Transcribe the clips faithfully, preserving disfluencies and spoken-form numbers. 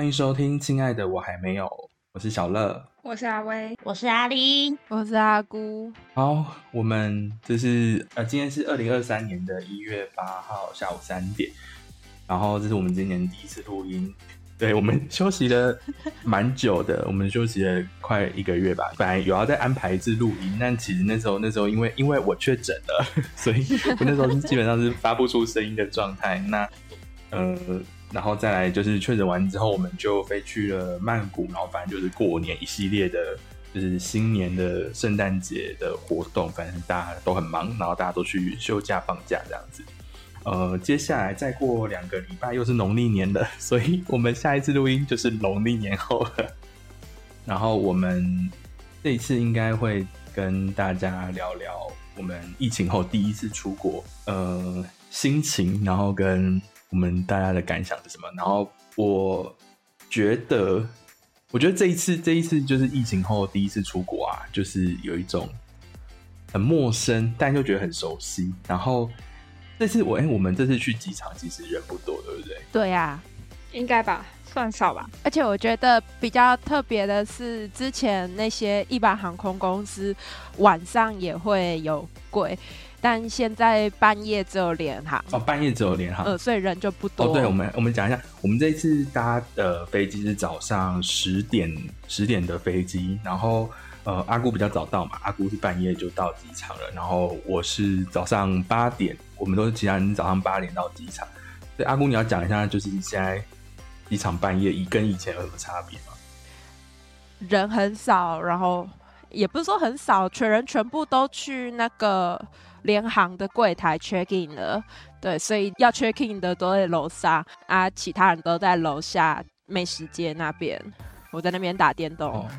迎收听亲爱的我还没有，我是小乐， 我是阿威， 我是阿玲， 我是阿姑。 好，我们这是呃，今天是二零二三年的一月八号下午三点，然后这是我们今年第一次录音。对，我们休息了蛮久的，我们休息了快一个月吧。本来有要再安排一次录音，但其实那时候那时候因为因为我确诊了，所以我那时候基本上是发不出声音的状态。那呃，然后再来就是确诊完之后，我们就飞去了曼谷，然后反正就是过年一系列的，就是新年的圣诞节的活动，反正大家都很忙，然后大家都去休假放假这样子。呃，接下来再过两个礼拜又是农历年了，所以我们下一次录音就是农历年后了。然后我们这一次应该会跟大家聊聊我们疫情后第一次出国，呃，心情，然后跟我们大家的感想是什么。然后我觉得，我觉得这一次这一次就是疫情后第一次出国啊，就是有一种很陌生，但又觉得很熟悉。然后这次我哎、欸，我们这次去机场其实人不多，对不对？ 对啊， 应该吧，算少吧。 而且我觉得比较特别的是，之前那些一般航空公司晚上也会有柜，但现在半夜只有联航。 哦，半夜只有联航， 呃，所以人就不多。 哦，对，我们我们讲一下，我们这一次搭的飞机是早上十点十点的飞机，然后。呃，阿姑比较早到嘛，阿姑是半夜就到机场了，然后我是早上八点，我们都是其他人早上八点到机场。所以阿姑你要讲一下，就是现在机场半夜跟以前有什么差别吗？ 人很少，然后也不是说很少，全人全部都去那个联航的柜台 check in 了，对，所以要 check in 的都在楼上啊，其他人都在楼下美食街那边。我在那边打电动，哦、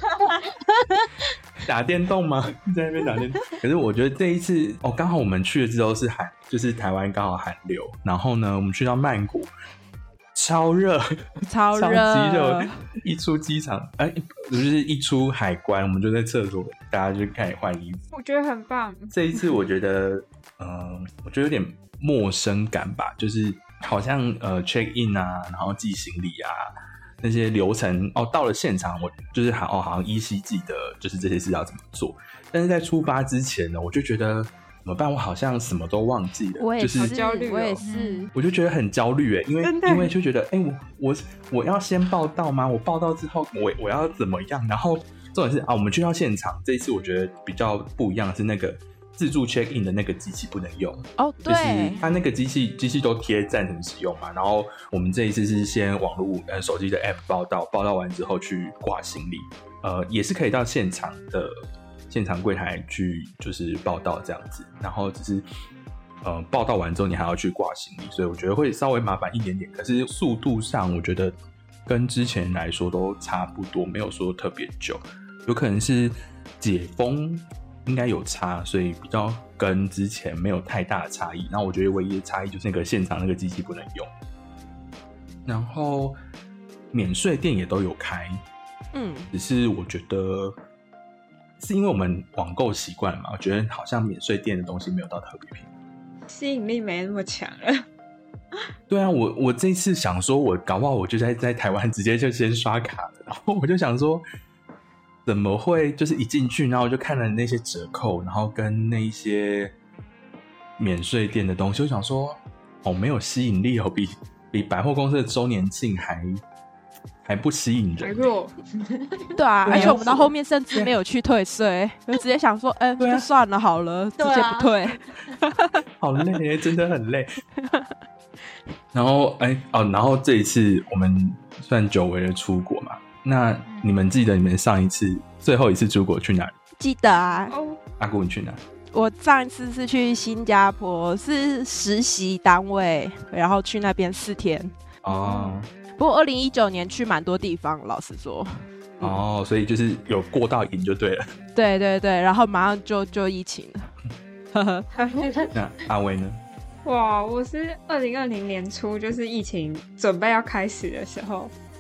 打电动吗？在那边打电动。可是我觉得这一次哦，刚好我们去了之后是寒，就是台湾刚好寒流，然后呢，我们去到曼谷，超热， 超热， 超级热。一出机场，哎、欸，就是一出海关，我们就在厕所，大家就开始换衣服。 我觉得很棒。 这一次我觉得，嗯、呃，我觉得有点陌生感吧，就是好像呃 check in 啊，然后寄行李啊。那些流程哦，到了现场我就是好哦，好像依稀记得就是这些事要怎么做，但是在出发之前呢，我就觉得怎么办？我好像什么都忘记了， 我也是， 就是焦虑、哦， 我也是， 我就觉得很焦虑哎，因为因为就觉得哎、欸，我我我要先报到吗？我报到之后我我要怎么样？然后重点是啊，我们去到现场，这一次我觉得比较不一样的是那个。自助 check in 的那个机器不能用哦，对， 就是它那个机器机器都贴暂停使用嘛。然后我们这一次是先网络呃手机的 app 报到，报到完之后去挂行李，呃，也是可以到现场的现场柜台去就是报到这样子。然后只是呃报到完之后你还要去挂行李，所以我觉得会稍微麻烦一点点。可是速度上我觉得跟之前来说都差不多，没有说特别久，有可能是解封。应该有差，所以比较跟之前没有太大的差异。然后我觉得唯一的差异就是那个现场那个机器不能用。然后免税店也都有开，嗯，只是我觉得是因为我们网购习惯嘛，我觉得好像免税店的东西没有到特别便宜， 吸引力没那么强了。 对啊，我我这次想说，我搞不好我就在在台湾直接就先刷卡了，然后我就想说。怎么会就是一进去，然后我就看了那些折扣，然后跟那一些免税店的东西，我想说，哦，没有吸引力哦，比比百貨公司的周年庆还还不吸引人。 对啊，而且我们到后面甚至没有去退税，就直接想说，哎、欸，就算了好了，直接不退。 好累，真的很累。然后，哎、欸，哦，然后这一次我们算久违的出国嘛。那你们记得你们上一次最后一次出国去哪里？ 记得啊。 阿姑你去哪？ 我上一次是去新加坡，是实习单位，然后去那边四天。哦。不过二零一九年去蛮多地方，老实说。 哦，所以就是有过到瘾就对了。 对对对，然后马上就就疫情了。 那阿威呢？ 哇，我是二零二零年初，就是疫情准备要开始的时候。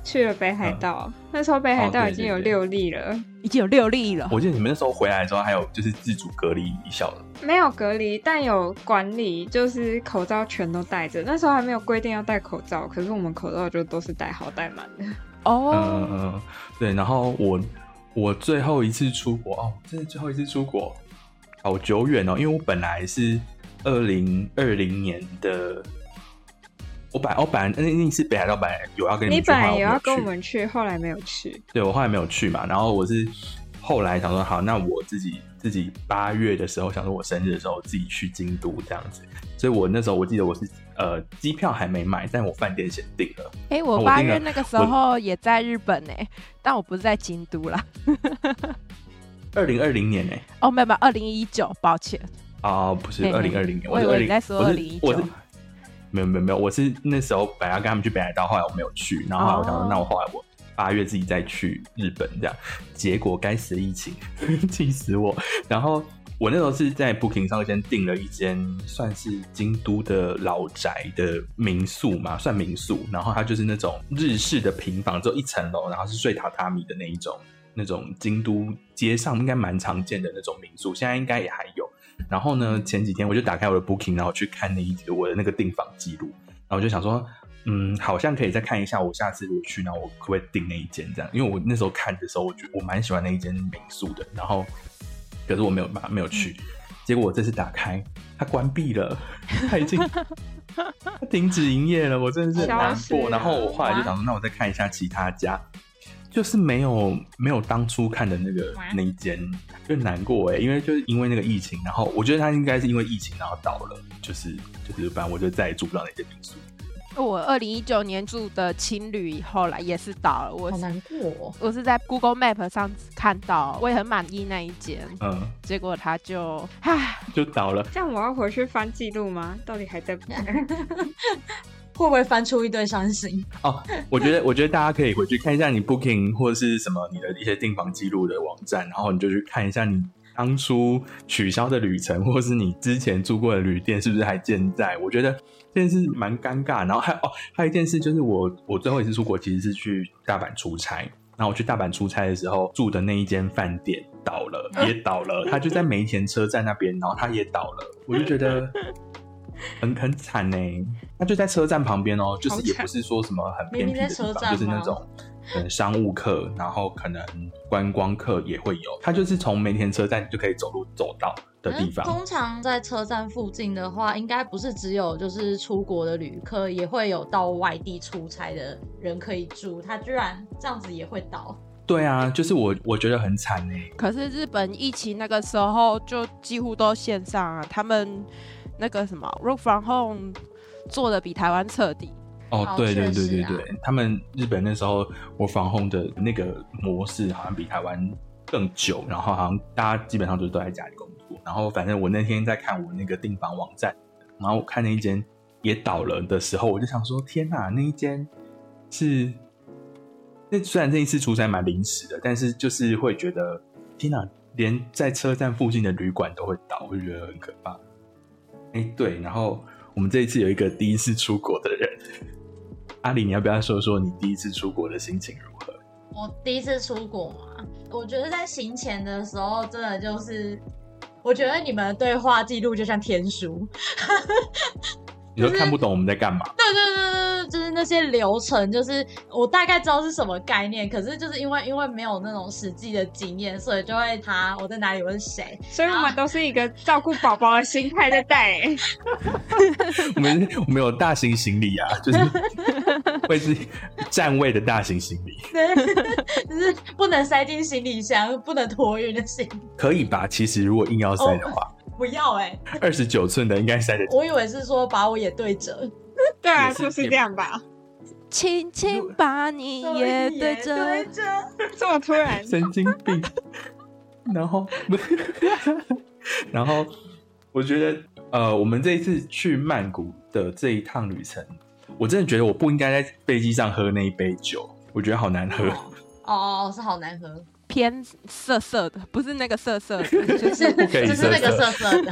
去了北海道，嗯、那时候北海道已经有六例了， 哦、對對對已经有六例了。 我记得你们那时候回来的时候，还有就是自主隔离一小的， 没有隔离，但有管理，就是口罩全都戴着。那时候还没有规定要戴口罩，可是我们口罩就都是戴好戴满的。 哦， 嗯嗯，对。然后我我最后一次出国哦，真的最后一次出国，好久远哦，因为我本来是二零二零年的。我本来我本来那那次北海道本来有要跟你们去， 你本来有要跟我们去，后来没有去。 对，我后来没有去嘛，然后我是后来想说，好，那我自己自己八月的时候，想说我生日的时候自己去京都这样子，所以我那时候我记得我是呃机票还没买，但我饭店先订了。 哎、欸，我八月那个时候也在日本哎、欸，但我不是在京都啦。 二零二零年哎、欸， 哦，没有没有，二零一九，抱歉。 哦，不是二零二零年， 我以为你在说二零一九。 没有没有没有，我是那时候本来要跟他们去北海道，后来我没有去，然后后来我想说， oh. 那我后来我八月自己再去日本这样，结果该死的疫情，气死我！然后我那时候是在 Booking 上先订了一间算是京都的老宅的民宿嘛，算民宿，然后它就是那种日式的平房，只有一层楼，然后是睡榻榻米的那一种，那种京都街上应该蛮常见的那种民宿，现在应该也还有。然后呢，前几天我就打开我的 Booking， 然后去看那一集我的那个订房记录，然后我就想说，嗯，好像可以再看一下，我下次如果去，然后我可不可以订那一间这样？因为我那时候看的时候，我觉得我蛮喜欢那一间民宿的，然后可是我没有没有去，结果我这次打开，它关闭了，它已经它停止营业了，我真的是很难过。然后我后来就想说，那我再看一下其他家。就是没有没有当初看的那个那一间，就难过哎、欸，因为就是因为那个疫情，然后我觉得他应该是因为疫情然后倒了，就是就是反正我就再也住不到那间民宿。 我二零一九年住的青旅后来也是倒了，我好难过、哦。 我是在 Google Map 上看到，我也很满意那一间，嗯，结果他就唉就倒了。 这样我要回去翻记录吗？到底还在不在？ 会不会翻出一堆伤心？ 哦，我觉得，我觉得大家可以回去看一下你 Booking 或者是什么你的一些订房记录的网站，然后你就去看一下你当初取消的旅程，或是你之前住过的旅店是不是还健在。我觉得这件事蛮尴尬。然后还哦，还有一件事就是我我最后一次出国其实是去大阪出差，然后我去大阪出差的时候住的那一间饭店倒了，也倒了，它就在梅田车站那边，然后它也倒了，我就觉得。很很惨呢，他就在车站旁边哦，就是也不是说什么很偏僻的地方，就是那种嗯商务客，然后可能观光客也会有，他就是从梅田车站就可以走路走到的地方。 通常在车站附近的话，应该不是只有就是出国的旅客，也会有到外地出差的人可以住，他居然这样子也会倒。 对啊，就是我我觉得很惨呢。 可是日本疫情那个时候就几乎都线上啊，他们。那个什么 work from home 做的比台湾彻底哦，对对对对对、啊，他们日本那时候 work from home 的那个模式好像比台湾更久，然后好像大家基本上都都在家里工作。然后反正我那天在看我那个订房网站，然后我看那一间也倒了的时候，我就想说天哪，那一间是那虽然这一次出差蛮临时的，但是就是会觉得天哪，连在车站附近的旅馆都会倒，我就觉得很可怕。哎，对，然后我们这一次有一个第一次出国的人，阿里，你要不要说说你第一次出国的心情如何？ 我第一次出国嘛，我觉得在行前的时候，真的就是，我觉得你们的对话记录就像天书， 你都看不懂我们在干嘛？ 对对对对，就是那些流程，就是我大概知道是什么概念，可是就是因为因为没有那种实际的经验，所以就会他我在哪里，我是谁， 所以我们都是一个照顾宝宝的心态在带、欸。 我们我们有大型行李啊，就是会是占位的大型行李， 对，就是不能塞进行李箱，不能托运的行李。 可以吧？其实如果硬要塞的话。 Oh.不要哎、欸， 二十九寸的应该塞得进。 我以为是说把我也对折， 对啊，就是这样吧。 轻轻把你也对折， 这么突然， 神经病。然后，然后我觉得，呃，我们这一次去曼谷的这一趟旅程，我真的觉得我不应该在飞机上喝那一杯酒，我觉得好难喝。 哦，哦是好难喝。 偏涩涩的，不是那个涩涩的，就是不可以就是那个涩涩的。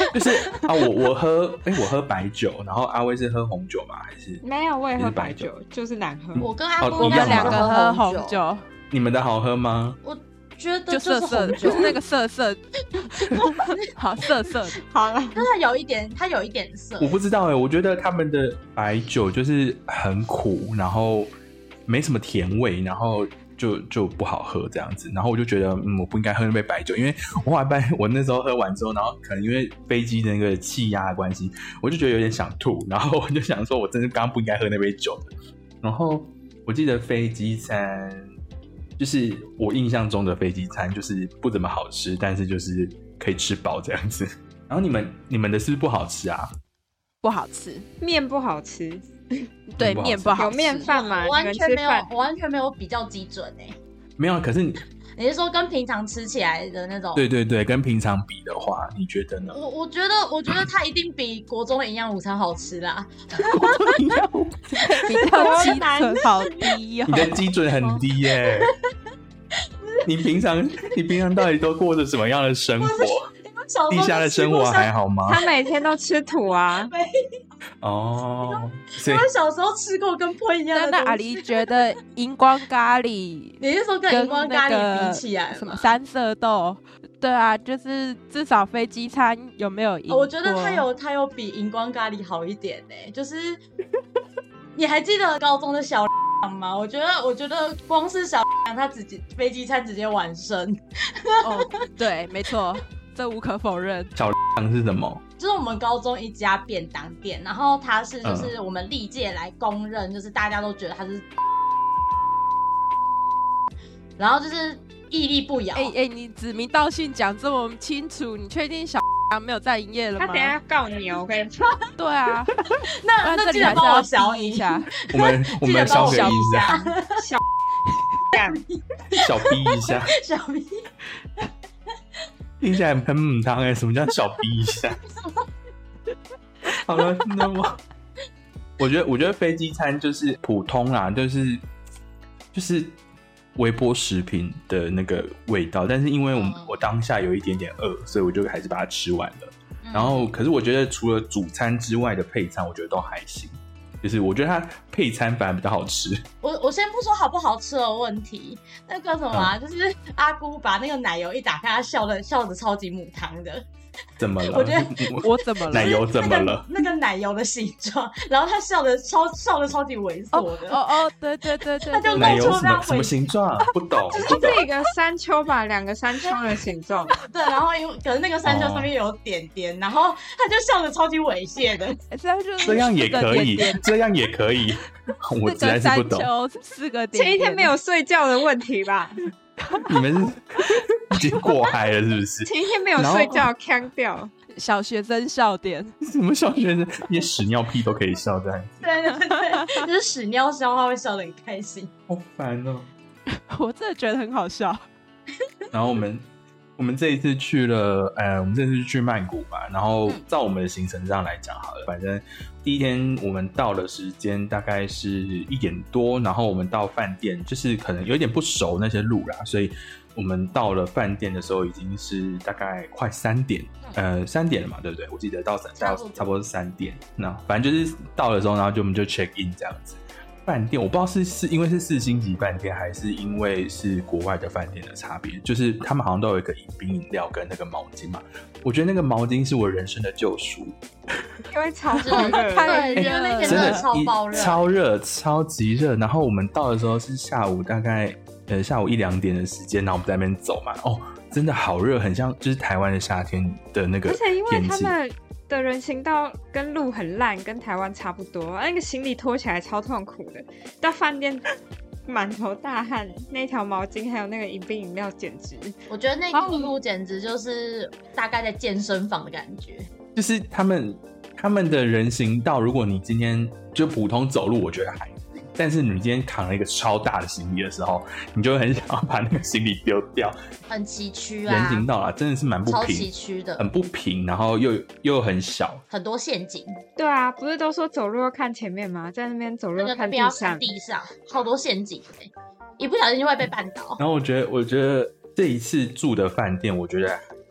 就是啊，我我喝哎、欸，我喝白酒，然后阿威是喝红酒吗？还是没有，我也喝白酒，就是难喝。 我跟阿哦姑我们两个喝红红酒， 你们的好喝吗？ 我觉得就涩涩的， 就就是那个涩涩，好涩涩的。 好了， 但它有一点，它有一点涩。 我不知道哎、欸，我觉得他们的白酒就是很苦，然后没什么甜味，然后就就不好喝这样子。然后我就觉得，嗯，我不应该喝那杯白酒，因为我后来我那时候喝完之后，然后可能因为飞机的那个气压的关系，我就觉得有点想吐，然后我就想说，我真的刚刚不应该喝那杯酒的。然后我记得飞机餐。就是我印象中的飞机餐，就是不怎么好吃，但是就是可以吃饱这样子。然后你们你们的是不是不好吃啊？ 不好吃， 面不好吃， 对，面不好吃。 有面饭吗？ 我完全没有， 你们吃饭我完全没有比较基准哎、欸。 没有，可是你你是说跟平常吃起来的那种？ 对对对，跟平常比的话，你觉得呢？ 我我觉得，我觉得它一定比国中的营养午餐好吃啦。 营养午餐比较基准好低哦。 你的基准很低耶、欸。你平常你平常到底都过着什么样的生活？地下的生活还好吗？ 他每天都吃土啊。 哦， 所以我小时候吃过跟破一样的东西。 那阿狸觉得荧光咖喱， 你是说跟荧光咖喱比起来， 什么三色豆？对啊，就是至少飞机餐有没有赢过？ 我觉得它有它有比荧光咖喱好一点呢、欸。就是你还记得高中的小吗？我觉得我觉得光是小他直接飞机餐直接完胜。 哦，对，没错。这无可否认。 小是什么？ 就是我们高中一家便当店，然后它是就是我们历届来公认，就是大家都觉得它是，然后就是屹立不摇。 哎哎、欸欸，你指名道姓讲这么清楚，你确定小没有在营业了吗？ 他等一下告你哦，我跟你说。 对啊， 那那记得帮我消音一下。 我们我们消个音一下， 小小逼一下， 小逼。 听起来很母汤哎，什么叫小逼一下？好了，那么我觉得，我觉得飞机餐就是普通啦，就是就是微波食品的那个味道，但是因为我、嗯、我当下有一点点饿，所以我就还是把它吃完了。嗯、然后，可是我觉得除了主餐之外的配餐，我觉得都还行。就是我觉得它配餐反而比较好吃。 我我先不说好不好吃的问题，那个什么、啊嗯，就是阿姑把那个奶油一打开，她笑的笑的超级母汤的。 怎么了？ 我觉得我怎么了？ 奶油怎么了？ 那个、那个奶油的形状，然后她笑的超笑的超级猥琐的。 哦哦，哦对对对对， 她就奶油什么什么形状？不懂。 就是一个山丘吧，两个山丘的形状。 对，然后因为可是那个山丘上面有点点，哦、然后她就笑的超级猥亵的。 这样也可以，这样也可以。我实在是不懂。 四个点， 前一天没有睡觉的问题吧？ 你们是已经过嗨了是不是？ 前一天没有睡觉，呛掉。 小学生笑点， 什么小学生？连屎尿屁都可以笑这样子。 对对对，就是屎尿笑话会笑得很开心。 好烦哦！ 我真的觉得很好笑。 然后我们我们这一次去了，呃，我们这次去曼谷嘛。然后照我们的行程上来讲好了，反正第一天我们到的时间大概是一点多，然后我们到饭店，就是可能有点不熟那些路啦，所以我们到了饭店的时候已经是大概快三点，呃，三点了嘛，对不对？我记得到三到差不多是三点，那反正就是到的时候，然后就我们就 check in 这样子。饭店我不知道是是因为是四星级饭店，还是因为是国外的饭店的差别，就是他们好像都有一个饮冰饮料跟那个毛巾嘛。我觉得那个毛巾是我人生的救赎， 因为超热， 太热了，那天真的超爆热， 超热，超级热。然后我们到的时候是下午大概呃下午一两点的时间，然后我们在那边走嘛，哦，真的好热，很像就是台湾的夏天的那个天气。 而且因为他们的人行道跟路很烂，跟台湾差不多，那个行李拖起来超痛苦的。到饭店满头大汗，那条毛巾还有那个饮冰饮料，简直， 我觉得那条路简直就是大概在健身房的感觉。 就是他们他们的人行道，如果你今天就普通走路，我觉得还。但是你今天扛了一个超大的行李的时候，你就会很想要把那个行李丢掉。 很崎岖啊， 人行道啦，真的是蛮不平， 超崎岖的， 很不平，然后又又很小， 很多陷阱。 对啊，不是都说走路要看前面吗？在那边走路要看地上， 那看地上好多陷阱、欸，一不小心就会被绊倒。 然后我觉得，我觉得这一次住的饭店，我觉得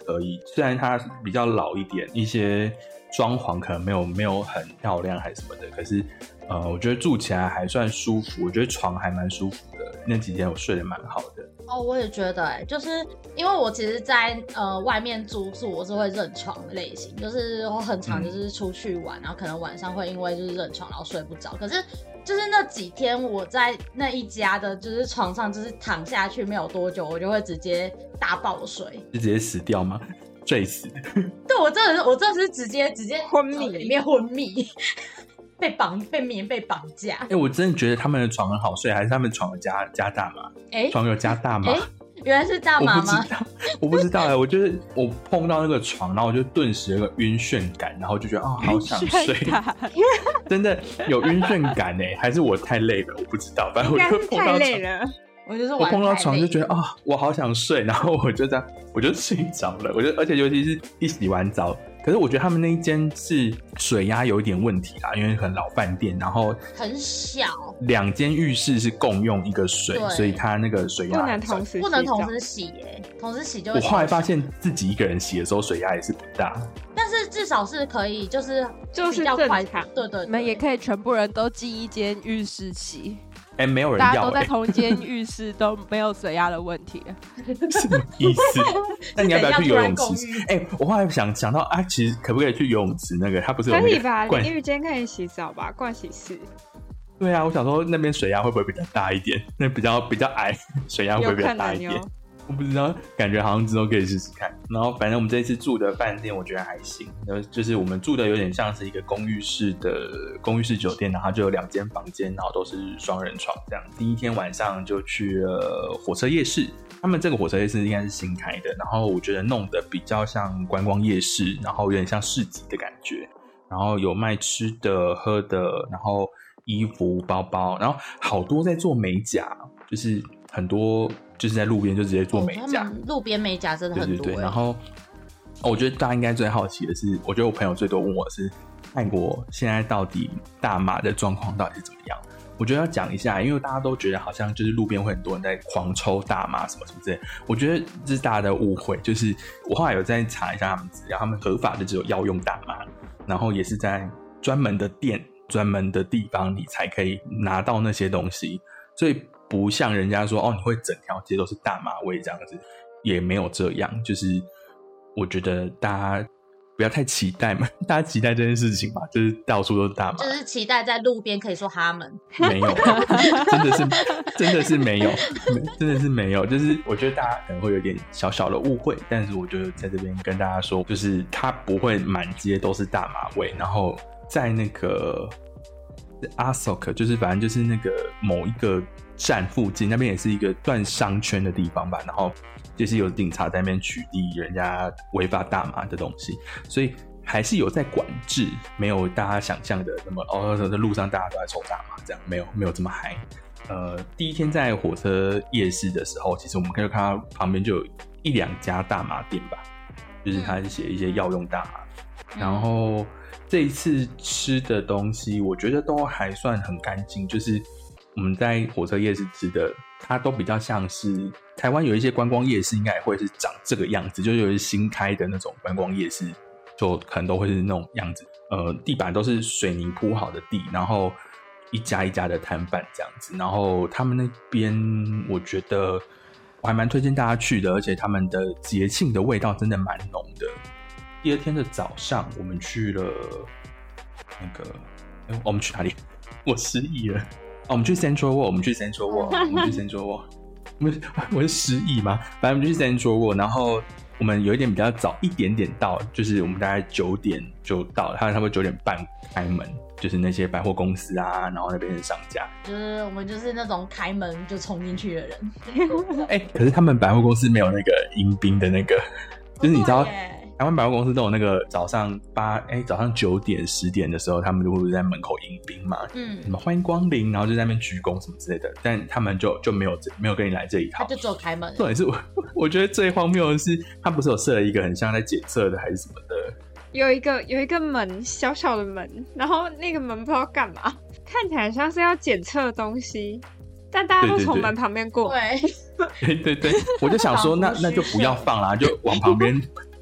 可以，虽然它比较老一点，一些装潢可能没有没有很漂亮还是什么的，可是呃，我觉得住起来还算舒服，我觉得床还蛮舒服的，那几天我睡得蛮好的。 哦，我也觉得哎、欸，就是因为我其实在，呃外面住宿，我是会认床的类型，就是我很常就是出去玩，嗯、然后可能晚上会因为就是认床然后睡不着。可是就是那几天我在那一家的就是床上，就是躺下去没有多久，我就会直接大爆睡， 就直接死掉吗？睡死？ 对，我真的是我真的是直接直接昏迷里面昏迷。被绑被棉被绑架， 哎、欸，我真的觉得他们的床很好睡，还是他们床有加加大麻？哎、欸，床有加大麻？哎、欸， 原来是大麻吗？ 我不知道，我不知道哎、欸，我觉得我碰到那个床，然后我就顿时有个晕眩感，然后就觉得啊、哦，好想睡，真的有晕眩感哎、欸，还是我太累了？我不知道，反正我就碰到太累了。 我就是我碰到床就觉得啊、哦，我好想睡，然后我就这样，我就睡着了。我就而且尤其是一洗完澡。可是我觉得他们那一间是水压有一点问题啦，因为很老饭店，然后很小， 两间浴室是共用一个水，所以它那个水压不能同时不能同时洗耶，同时洗就会。 我后来发现自己一个人洗的时候水压也是不大， 但是至少是可以，就是就是比较快， 正常。 对 对, 对， 你们也可以全部人都进一间浴室洗。 哎、欸，没有人要、欸， 大家都在同一间浴室，都没有水压的问题。 什么意思？那你要不要去游泳池？哎、欸，我后来想想到啊，其实可不可以去游泳池？那个它不是有那个可以吧？淋浴间可以洗澡吧？盥洗室。 对啊，我想说那边水压会不会比较大一点？那比较比较矮，水压会不会比较大一点？我不知道，感觉好像之后可以试试看。然后反正我们这一次住的饭店我觉得还行，就是我们住的有点像是一个公寓式的公寓式酒店，然后就有两间房间，然后都是双人床这样。第一天晚上就去了火车夜市，他们这个火车夜市应该是新开的，然后我觉得弄得比较像观光夜市，然后有点像市集的感觉，然后有卖吃的喝的，然后衣服包包，然后好多在做美甲，就是很多就是在路边就直接做美甲、哦、 路边美甲真的很多。 对对对，然后、哦、我觉得大家应该最好奇的是，我觉得我朋友最多问我是泰国现在到底大麻的状况到底是怎么样。我觉得要讲一下，因为大家都觉得好像就是路边会很多人在狂抽大麻什么什么之类的，我觉得这是大家的误会。就是我后来有在查一下他们资料，他们合法的只有药用大麻，然后也是在专门的店专门的地方你才可以拿到那些东西，所以不像人家说哦你会整条街都是大麻味这样子，也没有这样。就是我觉得大家不要太期待嘛，大家期待这件事情嘛，就是到处都是大麻， 就是期待在路边可以说他们没有真的是真的是没有真的是没有，就是我觉得大家可能会有点小小的误会，但是我就在这边跟大家说，就是它不会满街都是大麻味。然后在那个阿索克，就是反正就是那个某一个站附近，那边也是一个算商圈的地方吧，然后就是有警察在那边取缔人家违法大麻的东西，所以还是有在管制，没有大家想象的那么哦，在路上大家都在抽大麻这样，没有没有这么嗨。呃，第一天在火车夜市的时候，其实我们可以看到旁边就有一两家大麻店吧，就是他是写一些药用大麻，嗯、然后这一次吃的东西，我觉得都还算很干净，就是我们在火车夜市吃的，它都比较像是台湾有一些观光夜市，应该也会是长这个样子，就是有一些新开的那种观光夜市，就可能都会是那种样子。呃，地板都是水泥铺好的地，然后一家一家的摊贩这样子。然后他们那边，我觉得我还蛮推荐大家去的，而且他们的节庆的味道真的蛮浓的。第二天的早上，我们去了那个，欸、我们去哪里？我失忆了。哦，我们去 Central World， 我们去 Central World， 我们去 Central World， 我们我是失忆吗？反正我们就去 Central World， 然後我们有一点比较早一点点到，就是我们大概九点就到了，他差不多九点半开门，就是那些百货公司啊，然后那边的商家， 就是我们就是那种开门就冲进去的人。 哎、欸，可是他们百货公司没有那个迎宾的那个，就是你知道。台湾百货公司都有那个早上八哎、欸、早上九点十点的时候，他们就会在门口迎宾嘛，嗯，什么欢迎光临，然后就在那边鞠躬什么之类的，但他们就就没有没有跟你来这一套， 他就只有开门。 重点是我我觉得最荒谬的是，他不是有设了一个很像在检测的还是什么的， 有一个有一个门小小的门，然后那个门不知道干嘛，看起来像是要检测东西，但大家都从门旁边过。 对对对对，我就想说那那就不要放啦，就往旁边。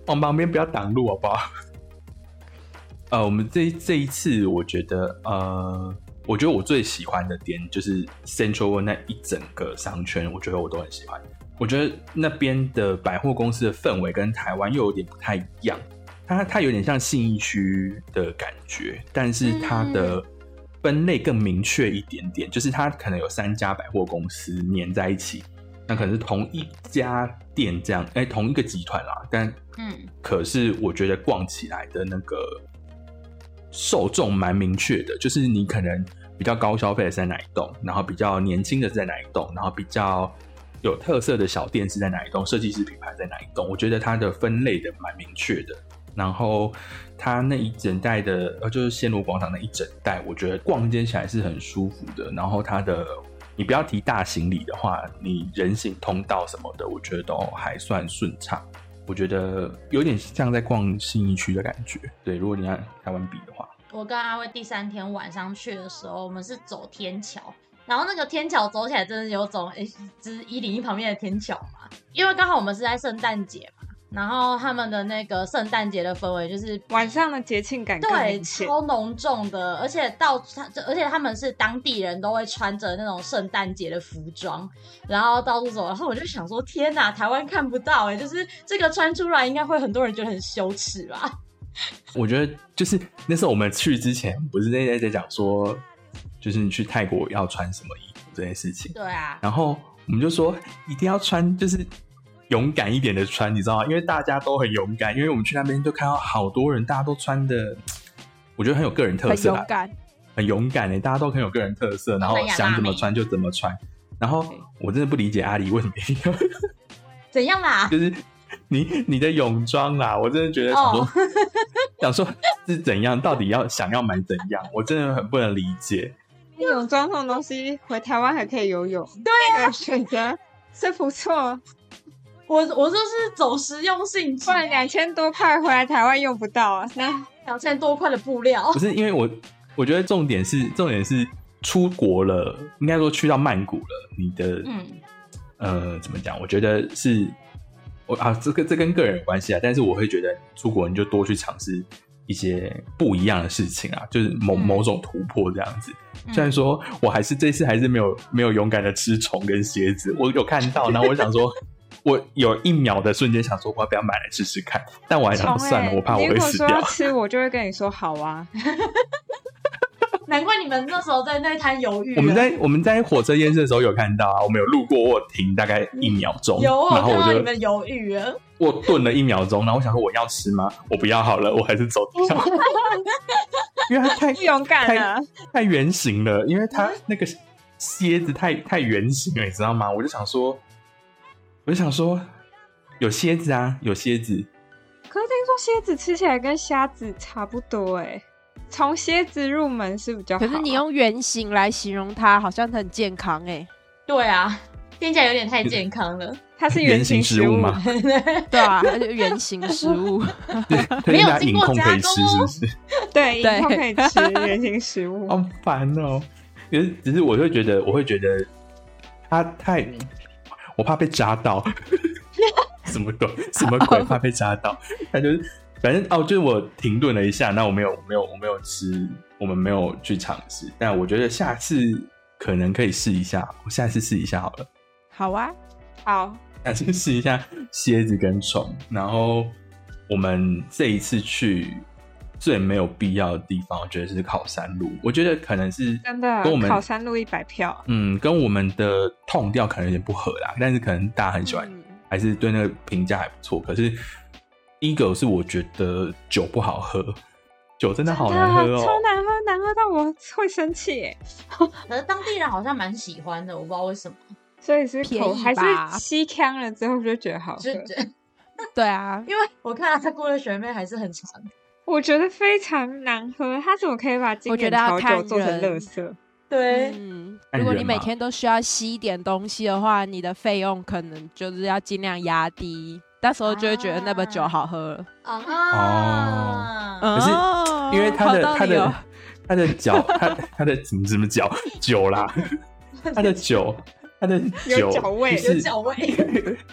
往旁边不要挡路好不好？呃，我们这这一次，我觉得，呃，我觉得我最喜欢的点就是 Central World 那一整个商圈，我觉得我都很喜欢。我觉得那边的百货公司的氛围跟台湾又有点不太一样，它它有点像信义区的感觉，但是它的分类更明确一点点，就是它可能有三家百货公司粘在一起。那可能是同一家店这样，哎、欸，同一个集团啦，但嗯，可是我觉得逛起来的那个受众蛮明确的，就是你可能比较高消费的是在哪一栋，然后比较年轻的是在哪一栋，然后比较有特色的小店是在哪一栋，设计师品牌在哪一栋，我觉得它的分类的蛮明确的。然后它那一整带的，呃，就是暹罗广场那一整带，我觉得逛街起来是很舒服的。然后它的你不要提大行李的话，你人行通道什么的，我觉得都还算顺畅。我觉得有点像在逛信义区的感觉。对，如果你按台湾比的话， 我跟阿威第三天晚上去的时候，我们是走天桥，然后那个天桥走起来真的有种，哎，就是一零一旁边的天桥嘛，因为刚好我们是在圣诞节嘛。然后他们的那个圣诞节的氛围就是晚上的节庆感更明显， 对，超浓重的，而且到而且他们是当地人都会穿着那种圣诞节的服装，然后到处走，然后我就想说，天哪，台湾看不到哎、欸，就是这个穿出来应该会很多人觉得很羞耻吧？ 我觉得就是那时候我们去之前不是在在讲说，就是你去泰国要穿什么衣服这件事情， 对啊， 然后我们就说一定要穿就是勇敢一点的穿，你知道吗？因为大家都很勇敢，因为我们去那边就看到好多人，大家都穿的，我觉得很有个人特色啦，很勇敢，很勇敢欸，大家都很有个人特色，然后想怎么穿就怎么穿。然后我真的不理解阿里为什么一定要怎样啦？ 就是你你的泳装啦，我真的觉得想说、oh. 想说是怎样，到底要想要买怎样，我真的很不能理解。 泳装这种东西回台湾还可以游泳， 对啊， 选择是不错。 我我就是走实用性质， 不然两千多块回来台湾用不到啊！那两千多块的布料， 不是因为我我觉得重点是重点是出国了，应该说去到曼谷了，你的嗯呃怎么讲？我觉得是我啊，这个这跟个人有关系啊，但是我会觉得出国你就多去尝试一些不一样的事情啊，就是某、嗯、某种突破这样子。虽然说我还是这次还是没有没有勇敢的吃虫跟蝎子，我有看到，然后我想说。我有一秒的瞬间想说我要不要买来试试看，但我还想说算了、欸、我怕我会死掉。 如果说要吃我就会跟你说好啊。 难怪你们那时候在那摊犹豫。 我们在我们在火车验尸的时候有看到啊，我们有路过，我有停大概一秒钟， 有， 然后我就看到你们犹豫了， 我顿了一秒钟，然后我想说我要吃吗？我不要好了，我还是走掉。因为它太勇敢了， 太太圆形了，因为它那个蝎子太太圆形了，你知道吗？我就想说。我就想说，有蝎子啊，有蝎子。 可是听说蝎子吃起来跟虾子差不多哎，从蝎子入门是比较好、啊。 可是你用圆形来形容它，好像很健康哎。 对啊，听起来有点太健康了。 它是圆形食物吗？ 对啊，它是圆形食物， 没有经过加工， 是不是？ 对，以后可以吃圆形食物。 好烦哦！可是只是我会觉得，我会觉得它太。我怕被扎到，什么鬼？什么鬼？怕被扎到？他就是，反正哦，就是我停顿了一下，那我没有，没有，我没有吃，我们没有去尝试。但我觉得下次可能可以试一下，我下次试一下好了。 好啊， 好， 下次试一下蝎子跟虫。然后我们这一次去最没有必要的地方，我觉得是考山路。我觉得可能是真的跟我们考山路一百票， 嗯，跟我们的痛调可能有点不合啦，但是可能大家很喜欢，嗯、还是对那个评价还不错。可是 Eagle 是我觉得酒不好喝，酒真的好难喝哦， 超难喝，难喝到我会生气耶。 可是当地人好像蛮喜欢的，我不知道为什么。 所以是口还是吸呛了之后就觉得好喝？ 对啊， 因为我看他过的学妹还是很长。 我觉得非常难喝，他怎么可以把经典调酒做成垃圾？ 对， 嗯，如果你每天都需要吸一点东西的话，你的费用可能就是要尽量压低，那时候就会觉得那杯酒好喝了。 啊， 可是因为他的他的他的脚，他他的什么什么脚酒啦，他的酒他的酒有脚味， 有脚味。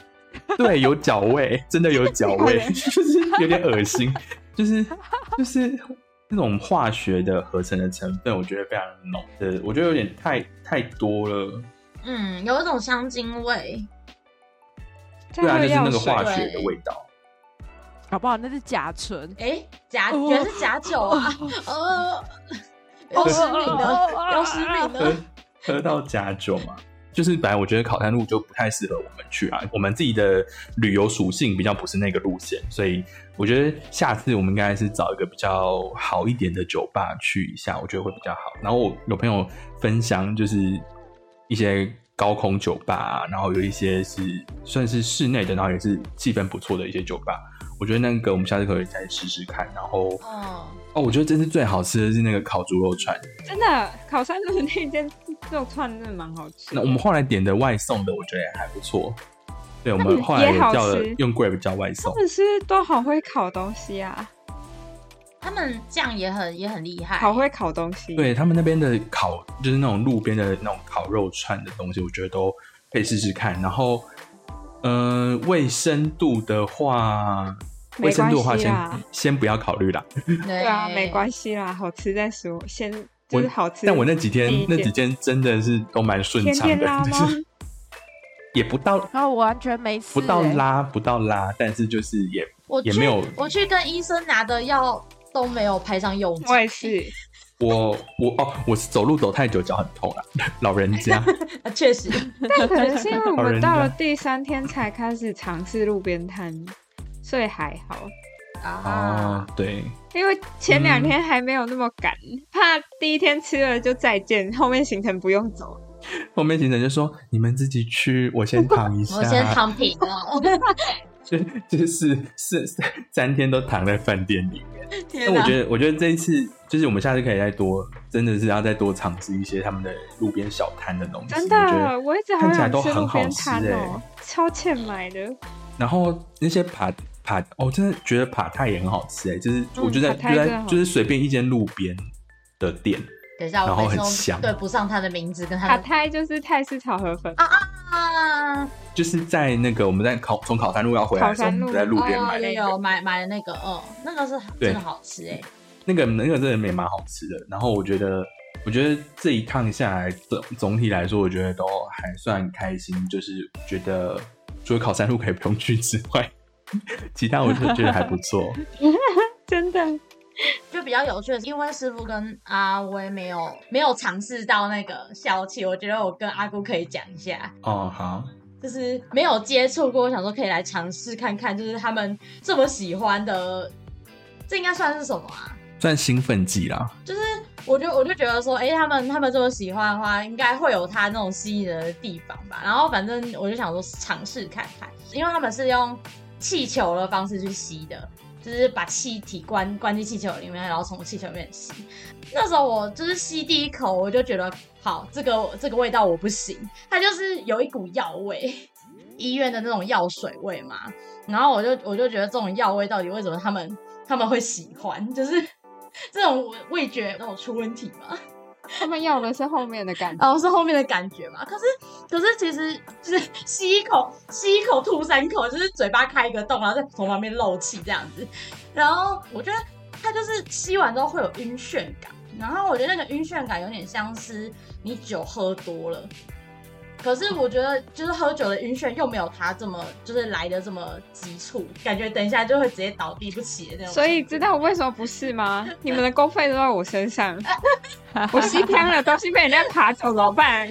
对，有脚味，真的有脚味，就是有点恶心，就是就是那种化学的合成的成分，我觉得非常浓的，我觉得有点太太多了。 嗯，有一种香精味。 对啊，就是那个化对学的味道。 搞不好那是甲醇。 哎，假原来是假酒啊！呃，有失明的，有失明喝的。 喝到假酒嘛，就是本来我觉得考山路就不太适合我们去啊，我们自己的旅游属性比较不是那个路线，所以我觉得下次我们应该是找一个比较好一点的酒吧去一下，我觉得会比较好。然后我有朋友分享就是一些高空酒吧啊，然后有一些是算是室内的，然后也是气氛不错的一些酒吧，我觉得那个我们下次可以再试试看。然后哦哦，我觉得真是最好吃的是那个烤猪肉串， 真的烤山路那间肉串真的蛮好吃。 那我们后来点的外送的，我觉得也还不错。对，我们后来也叫了用 Grab 叫外送。 他们是都好会烤东西啊， 他们酱也很也很厉害， 好会烤东西。 对，他们那边的烤就是那种路边的那种烤肉串的东西，我觉得都可以试试看。然后，呃，卫生度的话，卫生度的话先先不要考虑啦。 对啊，没关系啦，好吃再说。先就是好吃。 但我那几天那几天真的是都蛮顺畅的， 天天拉吗？ 就是也不到， 然后我完全没事、欸， 不到拉不到拉，但是就是也也没有。 我去跟医生拿的药都没有派上用场。 我也是。 我我哦，我是走路走太久脚很痛了，老人家。 确实， 但可能是因为我们到了第三天才开始尝试路边摊，所以还好啊。哦，对， 因为前两天还没有那么赶，嗯、怕第一天吃了就再见，后面行程不用走。 后面行程就说你们自己去，我先躺一下， 我先躺平了。 就就是是三天都躺在饭店里面。但我觉得，我觉得这一次就是我们下次可以再多，真的是要再多尝试一些他们的路边小摊的东西。 真的，我, 我一直好想吃路边摊哦， 超欠买的。 然后那些扒扒，我、哦、真的觉得扒泰也很好吃哎，就是我觉得、嗯、就在就是随便一间路边的店。 等一下， 然后很香， 对不上他的名字跟他的。扒泰就是泰式炒河粉啊啊！ 就是在那个我们在考从考山路要回来的时候，我们在路边买的、哦，有买买的那个，嗯，那个是真的好吃哎。 那个那个真的也蛮好吃的。然后我觉得，我觉得这一趟下来，总总体来说，我觉得都还算开心。就是觉得除了考山路可以不用去之外，其他我就觉得还不错。 真的。 就比较有趣的是，因为师傅跟阿威没有没有尝试到那个笑气，我觉得我跟阿姑可以讲一下哦。好， 就是没有接触过，我想说可以来尝试看看，就是他们这么喜欢的，这应该算是什么啊？ 算兴奋剂啦。 就是我就我就觉得说，哎、欸，他们他们这么喜欢的话，应该会有他那种吸引人的地方吧。然后反正我就想说尝试看看，因为他们是用气球的方式去吸的。就是把气体关关进气球里面，然后从气球里面吸。那时候我就是吸第一口，我就觉得好，这个这个味道我不行，它就是有一股药味，医院的那种药水味嘛。然后我就我就觉得这种药味到底为什么他们他们会喜欢？就是这种味觉有出问题吗？ 他们要的是后面的感觉， 哦，是后面的感觉嘛？可是，可是其实就是吸一口，吸一口吐三口，就是嘴巴开一个洞，然后再从旁边漏气这样子。然后我觉得它就是吸完之后会有晕眩感，然后我觉得那个晕眩感有点像是你酒喝多了。可是我觉得，就是喝酒的晕眩又没有他这么，就是来的这么急促，感觉等一下就会直接倒地不起的那种。 所以知道我为什么不是吗？你们的公费都在我身上，我吸偏了，东西被人家爬走怎么办？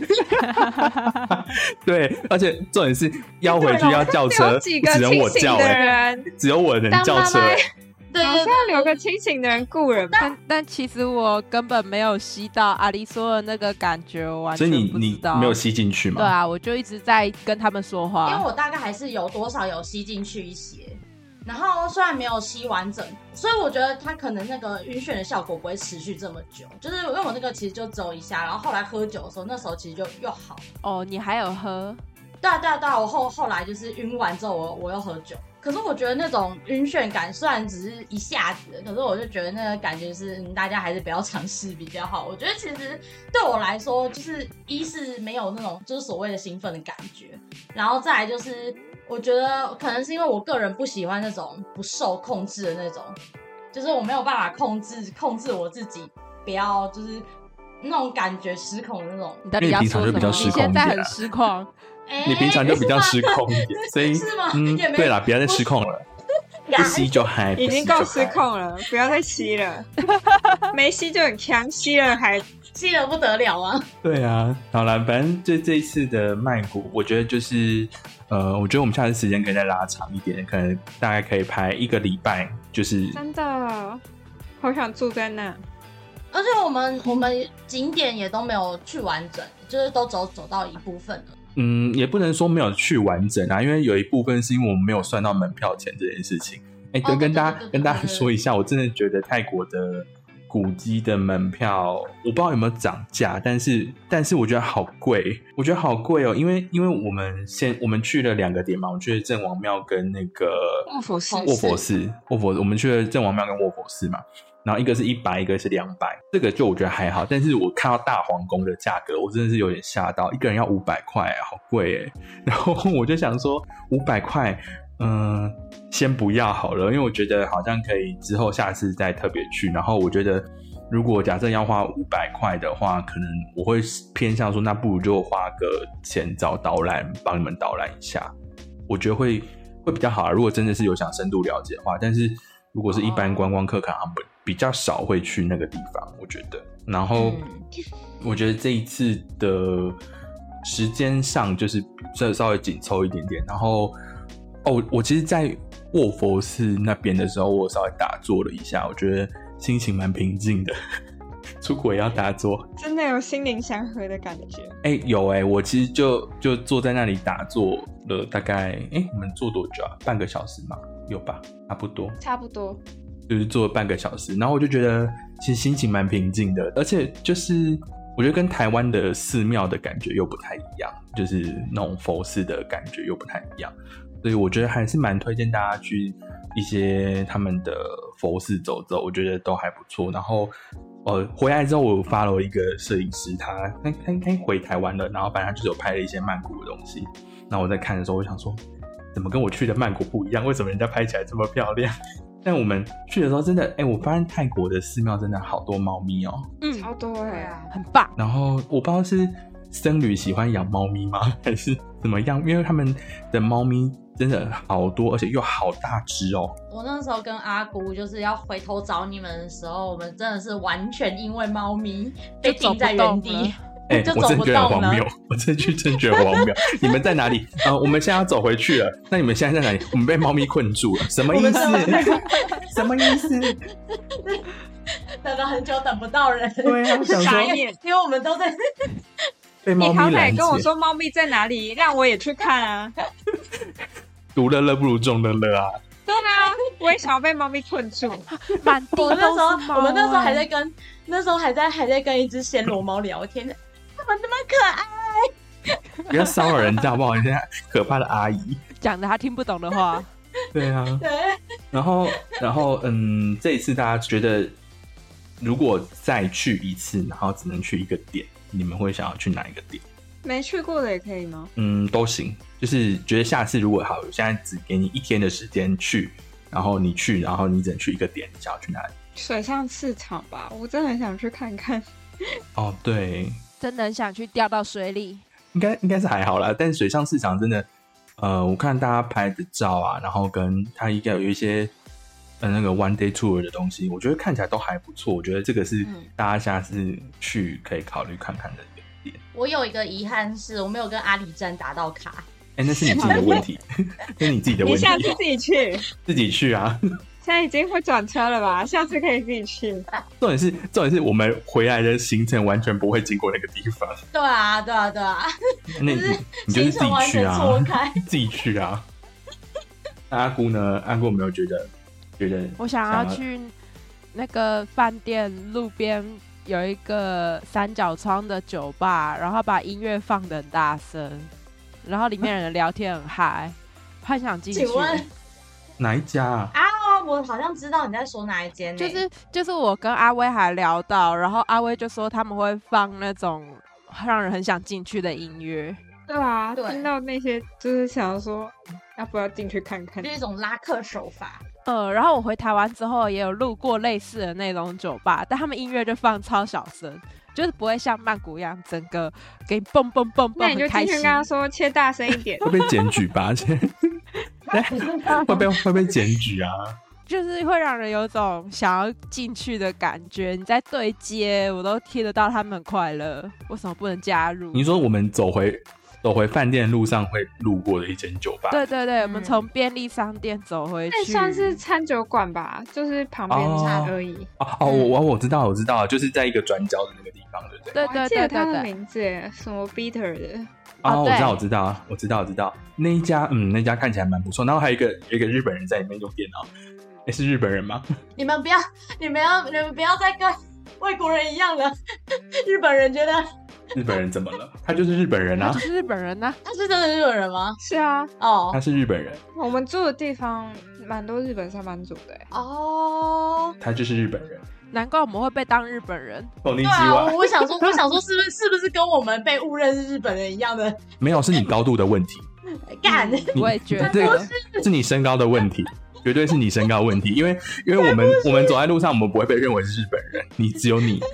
对，而且重点是要回去要叫车，只能我叫哎、欸，只有我能叫车、欸。 对，好像留个清醒的人雇人吧。 但但其实我根本没有吸到阿丽说的那个感觉，我完全不知道。 所以你你没有吸进去吗？ 对啊，我就一直在跟他们说话。 因为我大概还是有多少有吸进去一些，然后虽然没有吸完整，所以我觉得它可能那个晕眩的效果不会持续这么久。就是因为我那个其实就只有一下，然后后来喝酒的时候，那时候其实就又好。 哦，你还有喝？ 对啊对啊对啊，我后后来就是晕完之后我，我我又喝酒。可是我觉得那种晕眩感虽然只是一下子，可是我就觉得那个感觉是、嗯、大家还是不要尝试比较好。我觉得其实对我来说，就是一是没有那种就是所谓的兴奋的感觉，然后再来就是我觉得可能是因为我个人不喜欢那种不受控制的那种，就是我没有办法控制控制我自己，不要就是那种感觉失控的那种。 你到底要说什么？ 因为你平常就比较失控一点啊你现在很失控， 欸、 你平常就比较失控一点，所以是吗？ 嗯也没， 对啦，不要再失控了，不吸就嗨， 已经够失控了，不要再吸了。没吸就很强，吸了还吸了不得了啊！ 对啊，好啦，反正就这一次的曼谷，我觉得就是呃，我觉得我们下次时间可以再拉长一点，可能大概可以排一个礼拜，就是真的好想住在那。 而且我们我们景点也都没有去完整，就是都走走到一部分了。 嗯，也不能说没有去完整啊，因为有一部分是因为我们没有算到门票钱这件事情。哎、欸，跟、 哦、 跟大家对对对对跟大家说一下，我真的觉得泰国的古迹的门票，我不知道有没有涨价，但是但是我觉得好贵，我觉得好贵哦，因为因为我们先我们去了两个点嘛，我们去了郑王庙跟那个卧佛寺， 卧佛寺，卧佛，我们去了郑王庙跟卧佛寺嘛。然后一个是一百，一个是两百，这个就我觉得还好。但是我看到大皇宫的价格，我真的是有点吓到，一个人要五百块，好贵耶。然后我就想说，五百块，嗯，先不要好了，因为我觉得好像可以之后下次再特别去。然后我觉得，如果假设要花五百块的话，可能我会偏向说，那不如就花个钱找导览帮你们导览一下，我觉得会会比较好。如果真的是有想深度了解的话，但是如果是一般观光客，可能他们比较少会去那个地方，我觉得。然后，我觉得这一次的时间上就是稍微紧凑一点点。然后，哦，我其实，在卧佛寺那边的时候，我稍微打坐了一下，我觉得心情蛮平静的。出国也要打坐， 真的有心灵祥和的感觉。 哎、欸，有哎、欸，我其实就就坐在那里打坐了，大概哎、欸，我们坐多久啊？半个小时吗？有吧，差不多， 差不多， 就是坐了半个小时。然后我就觉得其实心情蛮平静的，而且就是我觉得跟台湾的寺庙的感觉又不太一样，就是那种佛寺的感觉又不太一样，所以我觉得还是蛮推荐大家去一些他们的佛寺走走，我觉得都还不错。然后呃，回来之后我 follow 一个摄影师，他他他应该回台湾了，然后反正他就是有拍了一些曼谷的东西。然后我在看的时候，我想说，怎么跟我去的曼谷不一样？为什么人家拍起来这么漂亮？但我们去的时候真的，哎、欸，我发现泰国的寺庙真的好多猫咪哦， 嗯，超多哎、 啊， 很棒。 然后我不知道是僧侣喜欢养猫咪吗，还是怎么样？因为他们的猫咪真的好多，而且又好大只哦。 我那时候跟阿姑就是要回头找你们的时候，我们真的是完全因为猫咪被定在原地。 哎、欸，我真的觉得很荒谬，我真的真觉得很荒谬。你们在哪里？呃，我们现在要走回去了。那你们现在在哪里？我们被猫咪困住了，什么意思？什么意思？ 等了很久，等不到人。 对啊，我想说， 因为我们都在被猫咪拦截。 你好歹跟我说猫咪在哪里，让我也去看啊。 独乐乐不如众乐乐啊。 对啊，我也想要被猫咪困住， 满地都是猫、欸。 我们那时候还在跟那时候还在还在跟一只暹罗猫聊天，它们那么可爱。不要骚扰人家好不好？人家可怕的阿姨讲的他听不懂的话。 对啊， 对。 然后然后嗯，这一次大家觉得，如果再去一次，然后只能去一个点，你们会想要去哪一个点？ 没去过的也可以吗？ 嗯，都行。就是觉得下次如果好，现在只给你一天的时间去，然后你去，然后你只能去一个点，你想要去哪里？ 水上市场吧，我真的很想去看看。 哦，对， 真的很想去掉到水里。 应该应该是还好啦，但是水上市场真的，呃，我看大家拍的照啊，然后跟它应该有一些呃那个 one day tour 的东西，我觉得看起来都还不错。我觉得这个是大家下次去可以考虑看看的一个点。 我有一个遗憾是，我没有跟阿里站打到卡。 哎、欸，那是你自己的问题，那是你自己的问题。 你下次自己去， 自己去啊！ 现在已经会转车了吧？下次可以自己去。 重点是，重点是我们回来的行程完全不会经过那个地方。 对啊，对啊，对啊。 那你你就是自己去啊，自己去啊。那阿姑呢？阿姑有没有觉得觉得？ 我想要去那个饭店路边有一个三角窗的酒吧，然后把音乐放得很大声。然后里面人聊天很嗨，很想进去。 请问哪一家啊？ 啊，我好像知道你在说哪一间、欸。 就是就是我跟阿威还聊到，然后阿威就说他们会放那种让人很想进去的音乐。 对啊， 对听到那些就是想说，要不要进去看看就？一种拉客手法。 呃，然后我回台湾之后也有路过类似的那种酒吧，但他们音乐就放超小声，就是不会像曼谷一样整个给你蹦蹦蹦蹦那你就很开心进去跟。他说切大声一点。 会被检举吧？会被会被检举啊？ 就是会让人有种想要进去的感觉。你在对接，我都听得到他们很快乐，为什么不能加入？ 你说我们走回走回饭店的路上会路过的一间酒吧？ 对对对， 嗯我们从便利商店走回去， 那算是餐酒馆吧，就是旁边哦而已。 哦哦，我我我知道我知道，就是在一个转角的那个地方，对不对？ 对我还记对对对得他的对， 名字耶，什么 Bitter 的。 哦，我对知道我知道我知道我知道那一家，嗯，那家看起来蛮不错。然后还有一个有一个日本人在里面用电脑，哎，是日本人吗？ 你们不要，你们要，你们不要再跟外国人一样了。日本人觉得日本人怎么了？他就是日本人啊他就，是日本人呐、 他是真的日本人吗？ 是啊， 哦他是日本人， 我们住的地方蛮多日本上班族的耶。 哦， 他就是日本人。 难怪我们会被当日本人。 孔尼基对啊， 瓦我我想说，我想说，是不是是不是跟我们被误认是日本人一样的？ 没有，是你高度的问题， 干， 你我也觉这得个是你身高的问题。绝对是你身高问题，因为因为我们我们走在路上，我们不会被认为是日本人，你只有你，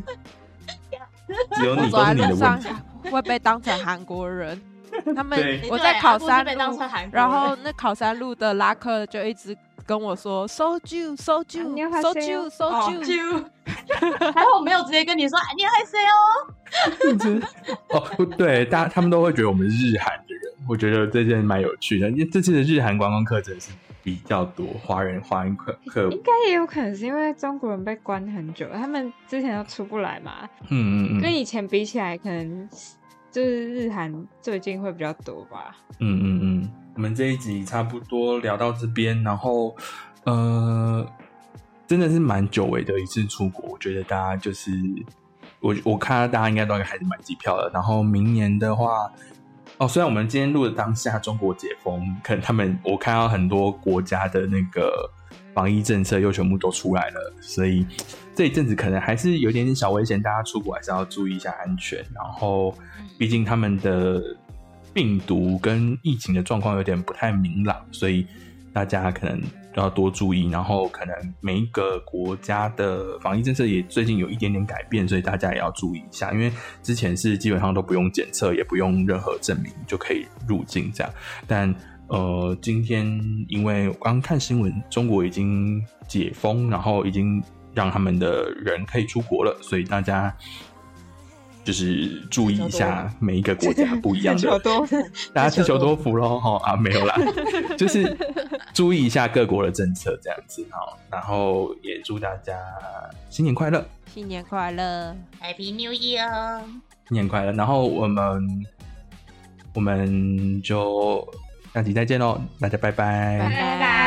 只有你我走都是你的在路上问题。 会被当成韩国人。他们对我在考山被当路成韩国人， 然后那考山路的拉客就一直跟我说收酒收酒 안녕하세요 收酒收哦酒， 就还好我没有直接跟你说你还谁哦， 哦，对，大家他们都会觉得我们是日韩的人，我觉得这件蛮有趣的，因为这次的日韩观光客真的是比较多，华人华人客客， 应该也有可能是因为中国人被关很久，他们之前都出不来嘛， 嗯嗯嗯跟以前比起来，可能就是日韩最近会比较多吧。 嗯嗯嗯，我们这一集差不多聊到这边，然后呃，真的是蛮久违的一次出国，我觉得大家就是我我看到大家应该都开始买机票了，然后明年的话。哦，虽然我们今天录的当下中国解封，可能他们我看到很多国家的那个防疫政策又全部都出来了，所以这一阵子可能还是有点点小危险，大家出国还是要注意一下安全。然后，毕竟他们的病毒跟疫情的状况有点不太明朗，所以大家可能都要多注意。然后，可能每一个国家的防疫政策也最近有一点点改变，所以大家也要注意一下。因为之前是基本上都不用检测，也不用任何证明就可以入境这样，但呃，今天因为我刚刚看新闻，中国已经解封，然后已经让他们的人可以出国了，所以大家就是注意一下每一个国家不一样的， 多大家自求多福咯齁啊，没有啦，就是注意一下各国的政策这样子齁，然后也祝大家新年快乐， 新年快乐！ Happy New Year！ 新年快乐，然后我们我们就下集再见喽，大家拜拜。 拜拜。